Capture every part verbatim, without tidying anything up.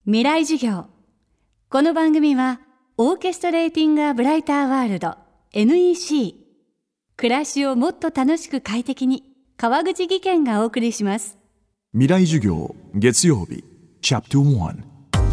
未来授業。この番組はオーケストレーティング・ア・ブライター・ワールド エヌイーシー 暮らしをもっと楽しく快適に川口義賢がお送りします。 未来授業月曜日チャプターワン。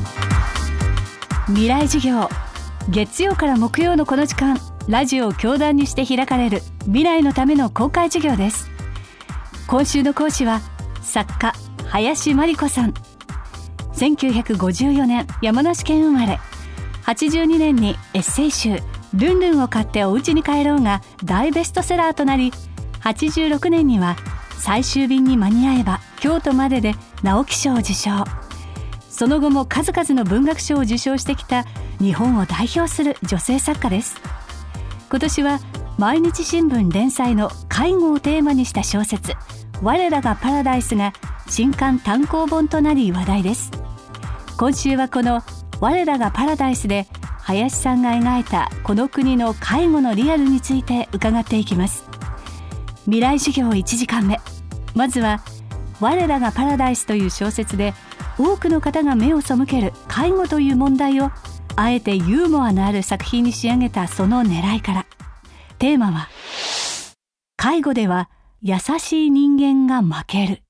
未来授業、月曜から木曜のこの時間、ラジオを教壇にして開かれる未来のための公開授業です。今週の講師は作家林真理子さん。せんきゅうひゃくごじゅうよねん山梨県生まれ、はちじゅうにねんにエッセイ集ルンルンを買ってお家に帰ろうが大ベストセラーとなり、はちじゅうろくねんには最終便に間に合えば京都までで直木賞を受賞。その後も数々の文学賞を受賞してきた日本を代表する女性作家です。今年は毎日新聞連載の介護をテーマにした小説我らがパラダイスが新刊単行本となり話題です。今週はこの我らがパラダイスで林さんが描いたこの国の介護のリアルについて伺っていきます。未来授業いちじかんめ、まずは我らがパラダイスという小説で多くの方が目を背ける介護という問題をあえてユーモアのある作品に仕上げたその狙いから。テーマは介護では優しい人間が負ける。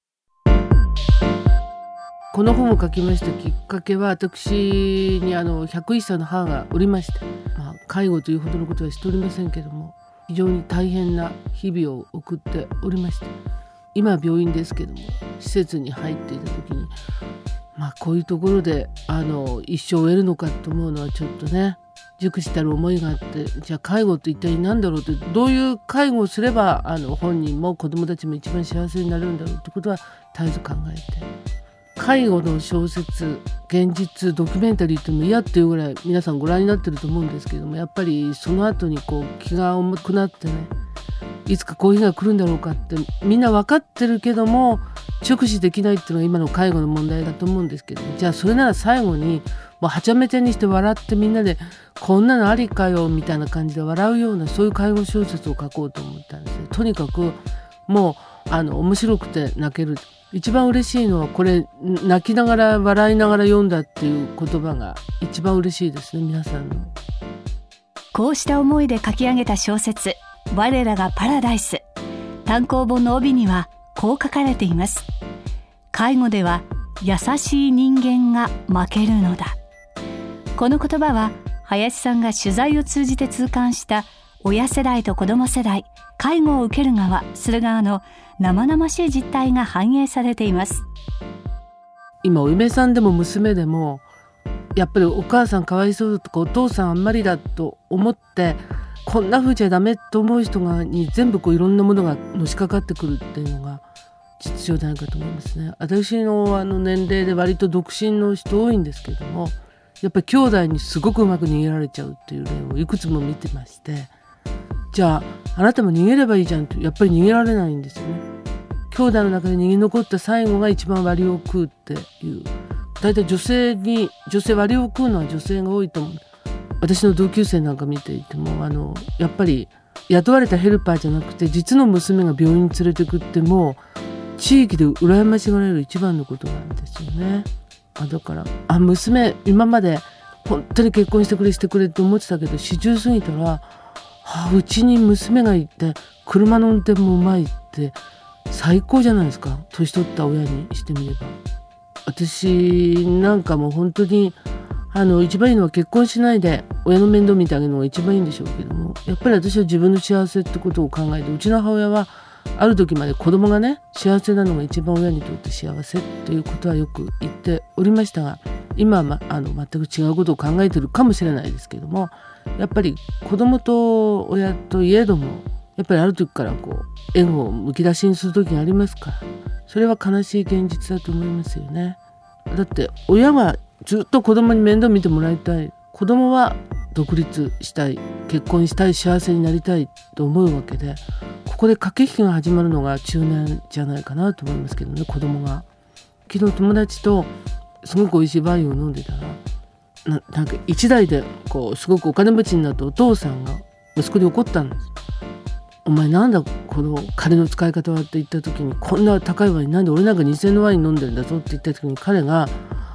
この本を書きましたきっかけは、私にあのひゃくいっさいの母がおりまして、まあ、介護というほどのことはしておりませんけども、非常に大変な日々を送っておりまして、今は病院ですけども施設に入っていた時に、まあ、こういうところであの一生を得るのかと思うのはちょっとね、熟したる思いがあって、じゃあ介護って一体何だろうって、どういう介護をすればあの本人も子どもたちも一番幸せになれるんだろうってことは絶えず考えて、介護の小説、現実、ドキュメンタリーっていうのも嫌っていうぐらい皆さんご覧になってると思うんですけども、やっぱりその後にこう気が重くなってね、いつかこういう日が来るんだろうかってみんな分かってるけども直視できないっていうのが今の介護の問題だと思うんですけど、じゃあそれなら最後にもうはちゃめちゃにして笑ってみんなでこんなのありかよみたいな感じで笑うような、そういう介護小説を書こうと思ったんですね。とにかくもうあの面白くて泣ける。一番嬉しいのはこれ、泣きながら笑いながら読んだっていう言葉が一番嬉しいですね、皆さんの。 こうした思いで書き上げた小説我らがパラダイス。単行本の帯にはこう書かれています。介護では優しい人間が負けるのだ。この言葉は林さんが取材を通じて痛感した親世代と子ども世代、介護を受ける側する側の生々しい実態が反映されています。 今お嫁さんでも娘でもやっぱりお母さんかわいそうとかお父さんあんまりだと思ってこんな風じゃダメと思う人がに全部こういろんなものがのしかかってくるっていうのが実情じゃないかと思いますね。私のあの年齢で割と独身の人多いんですけども、やっぱり兄弟にすごくうまく逃げられちゃうっていう例をいくつも見てまして、じゃああなたも逃げればいいじゃんってやっぱり逃げられないんですよね。兄弟の中で逃げ残った最後が一番割を食うっていう、だいたい女性に女性割を食うのは女性が多いと思う。私の同級生なんか見ていてもあのやっぱり雇われたヘルパーじゃなくて実の娘が病院に連れてくっても地域で羨ましがられる一番のことなんですよね。あだからあ娘今まで本当に結婚してくれしてくれって思ってたけどよんじゅう過ぎたら、はあ、うちに娘がいて車の運転もうまいって最高じゃないですか、年取った親にしてみれば。私なんかも本当にあの一番いいのは結婚しないで親の面倒見てあげるのが一番いいんでしょうけども、やっぱり私は自分の幸せってことを考えて、うちの母親はある時まで子供がね幸せなのが一番親にとって幸せっていうことはよく言っておりましたが、今は、ま、あの全く違うことを考えてるかもしれないですけども、やっぱり子供と親といえどもやっぱりある時からこう縁をむき出しにする時がありますから、それは悲しい現実だと思いますよね。だって親はずっと子供に面倒見てもらいたい、子供は独立したい、結婚したい、幸せになりたいと思うわけで、ここで駆け引きが始まるのが中年じゃないかなと思いますけどね。子供が昨日友達とすごく美味しいワインを飲んでたら な, なんか一台でこうすごくお金持ちになったお父さんが息子に怒ったんです。お前なんだこの金の使い方はって言った時に、こんな高いワインなんで俺なんかにせんえんのワイン飲んでるんだぞって言った時に彼が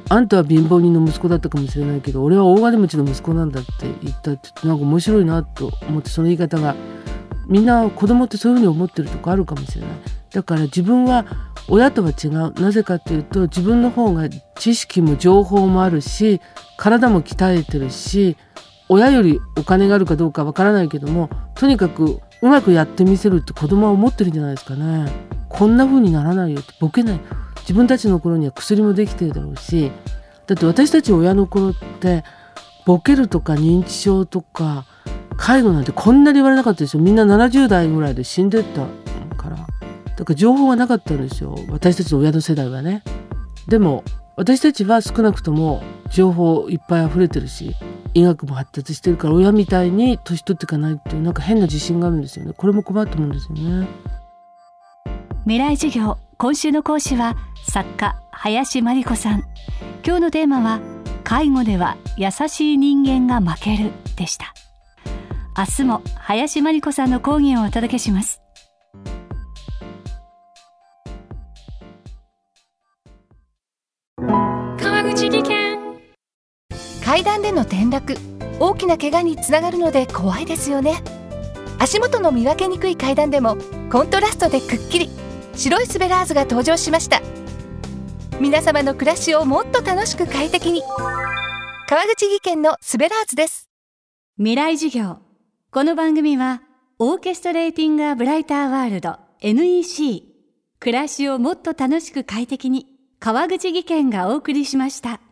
あんたは貧乏人の息子だったかもしれないけど俺は大金持ちの息子なんだって言ったってなんか面白いなと思って、その言い方がみんな子供ってそういうふうに思ってるとこあるかもしれない。だから自分は親とは違う。なぜかというと自分の方が知識も情報もあるし体も鍛えてるし、親よりお金があるかどうかわからないけどもとにかくうまくやってみせるって子供は思ってるんじゃないですかね。こんな風にならないよって、ボケない。自分たちの頃には薬もできてるだろうし、だって私たち親の頃ってボケるとか認知症とか介護なんてこんなに言われなかったですよ。みんなななじゅう代ぐらいで死んでったから。だから情報がなかったんですよ、私たちの親の世代はね。でも私たちは少なくとも情報いっぱい溢れてるし医学も発達してるから、親みたいに年取っていかないっていうなんか変な自信があるんですよね。これも困ると思うんですよね。 未来授業、今週の講師は作家林真理子さん。今日のテーマは介護では優しい人間が負けるでした。明日も林真理子さんの講義をお届けします。 川口技研。階段での転落、大きな怪我につながるので怖いですよね。足元の見分けにくい階段でもコントラストでくっきり白いスベラーズが登場しました。皆様の暮らしをもっと楽しく快適に、川口技研のスベラーズです。 未来授業、この番組はオーケストレーティング・ア・ブライター・ワールド エヌイーシー、 暮らしをもっと楽しく快適に、川口技研がお送りしました。